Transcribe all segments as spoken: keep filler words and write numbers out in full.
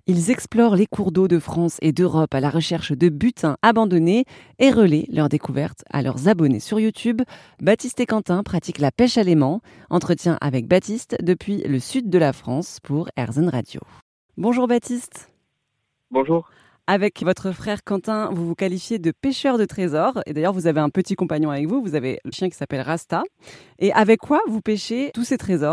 Ils explorent les cours d'eau de France et d'Europe à la recherche de butins abandonnés et relaient leurs découvertes à leurs abonnés sur YouTube. Baptiste et Quentin pratiquent la pêche à l'aimant. Entretien avec Baptiste depuis le sud de la France pour RZN Radio. Bonjour Baptiste. Bonjour. Avec votre frère Quentin, vous vous qualifiez de pêcheur de trésors. Et d'ailleurs, vous avez un petit compagnon avec vous. Vous avez le chien qui s'appelle Rasta. Et avec quoi vous pêchez tous ces trésors ?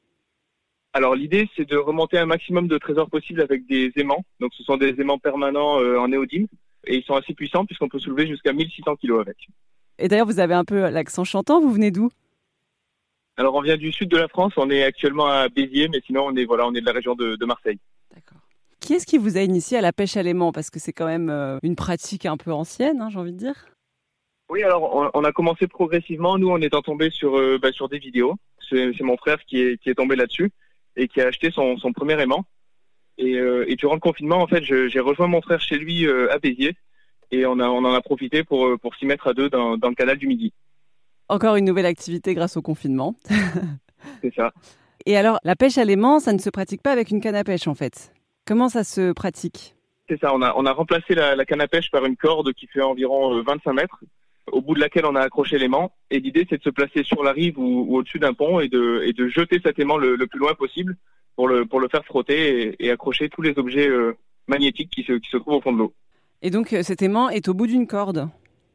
Alors l'idée, c'est de remonter un maximum de trésors possible avec des aimants. Donc ce sont des aimants permanents euh, en néodyme. Et ils sont assez puissants puisqu'on peut soulever jusqu'à mille six cents kilos avec. Et d'ailleurs, vous avez un peu l'accent chantant. Vous venez d'où ? Alors on vient du sud de la France. On est actuellement à Béziers, mais sinon on est, voilà, on est de la région de, de Marseille. D'accord. Qui est-ce qui vous a initié à la pêche à l'aimant ? Parce que c'est quand même euh, une pratique un peu ancienne, hein, j'ai envie de dire. Oui, alors on, on a commencé progressivement. Nous, en étant tombés sur, euh, bah, sur des vidéos. C'est, c'est mon frère qui est, qui est tombé là-dessus et qui a acheté son, son premier aimant. Et, euh, et durant le confinement, en fait, je, j'ai rejoint mon frère chez lui euh, à Béziers et on, a, on en a profité pour, pour s'y mettre à deux dans, dans le canal du Midi. Encore une nouvelle activité grâce au confinement. C'est ça. Et alors, la pêche à l'aimant, ça ne se pratique pas avec une canne à pêche, en fait. Comment ça se pratique ? C'est ça, on a, on a remplacé la, la canne à pêche par une corde qui fait environ vingt-cinq mètres, au bout de laquelle on a accroché l'aimant. Et l'idée, c'est de se placer sur la rive ou, ou au-dessus d'un pont et de, et de jeter cet aimant le, le plus loin possible pour le, pour le faire frotter et, et accrocher tous les objets euh, magnétiques qui se, qui se trouvent au fond de l'eau. Et donc, cet aimant est au bout d'une corde ?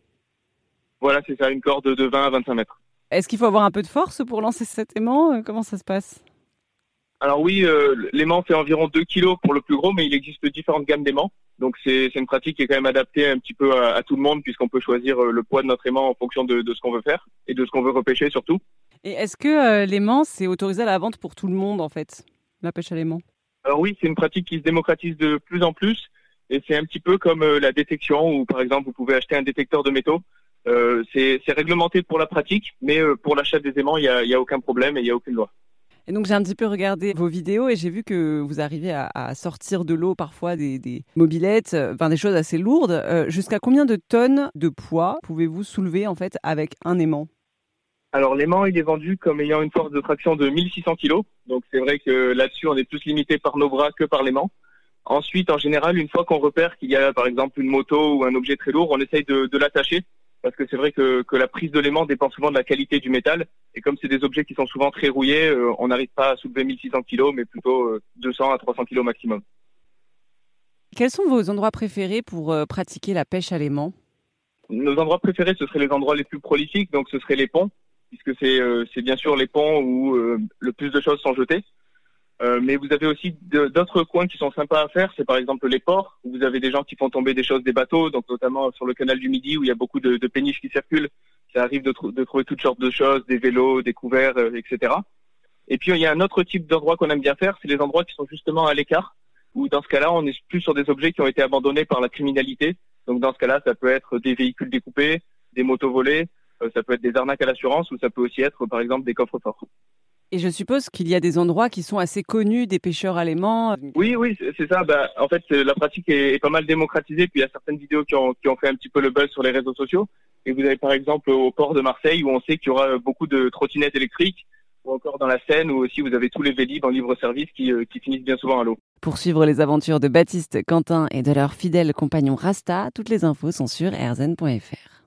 Voilà, c'est ça, une corde de vingt à vingt-cinq mètres. Est-ce qu'il faut avoir un peu de force pour lancer cet aimant ? Comment ça se passe ? Alors oui, euh, l'aimant fait environ deux kilos pour le plus gros, mais il existe différentes gammes d'aimants. Donc c'est, c'est une pratique qui est quand même adaptée un petit peu à, à tout le monde, puisqu'on peut choisir le poids de notre aimant en fonction de, de ce qu'on veut faire et de ce qu'on veut repêcher surtout. Et est-ce que euh, l'aimant, c'est autorisé à la vente pour tout le monde, en fait, la pêche à l'aimant ? Alors oui, c'est une pratique qui se démocratise de plus en plus, et c'est un petit peu comme euh, la détection, où par exemple vous pouvez acheter un détecteur de métaux. Euh, c'est, c'est réglementé pour la pratique, mais euh, pour l'achat des aimants, il n'y a, il y a aucun problème et il n'y a aucune loi. Et donc j'ai un petit peu regardé vos vidéos et j'ai vu que vous arrivez à, à sortir de l'eau parfois des, des mobylettes, enfin des choses assez lourdes. Euh, jusqu'à combien de tonnes de poids pouvez-vous soulever en fait avec un aimant ? Alors l'aimant, il est vendu comme ayant une force de traction de mille six cents kilos. Donc c'est vrai que là-dessus, on est plus limité par nos bras que par l'aimant. Ensuite, en général, une fois qu'on repère qu'il y a par exemple une moto ou un objet très lourd, on essaye de, de l'attacher. Parce que c'est vrai que, que la prise de l'aimant dépend souvent de la qualité du métal. Et comme c'est des objets qui sont souvent très rouillés, euh, on n'arrive pas à soulever mille six cents kilos, mais plutôt euh, deux cents à trois cents kilos maximum. Quels sont vos endroits préférés pour euh, pratiquer la pêche à l'aimant ? Nos endroits préférés, ce seraient les endroits les plus prolifiques, donc ce seraient les ponts, puisque c'est, euh, c'est bien sûr les ponts où euh, le plus de choses sont jetées. Euh, mais vous avez aussi de, d'autres coins qui sont sympas à faire, c'est par exemple les ports, où vous avez des gens qui font tomber des choses des bateaux, donc notamment sur le canal du Midi où il y a beaucoup de, de péniches qui circulent. Ça arrive de, tr- de trouver toutes sortes de choses, des vélos, des couverts, euh, et cetera. Et puis il y a un autre type d'endroit qu'on aime bien faire, c'est les endroits qui sont justement à l'écart, où dans ce cas-là, on est plus sur des objets qui ont été abandonnés par la criminalité. Donc dans ce cas-là, ça peut être des véhicules découpés, des motos volées, euh, ça peut être des arnaques à l'assurance, ou ça peut aussi être par exemple des coffres-forts. Et je suppose qu'il y a des endroits qui sont assez connus des pêcheurs à l'aimant. Oui, oui, c'est ça. Bah, en fait, la pratique est, est pas mal démocratisée. Puis il y a certaines vidéos qui ont, qui ont fait un petit peu le buzz sur les réseaux sociaux. Et vous avez par exemple au port de Marseille où on sait qu'il y aura beaucoup de trottinettes électriques, ou encore dans la Seine où aussi vous avez tous les Vélib en libre-service qui, euh, qui finissent bien souvent à l'eau. Pour suivre les aventures de Baptiste, Quentin et de leur fidèle compagnon Rasta, toutes les infos sont sur r z n point f r.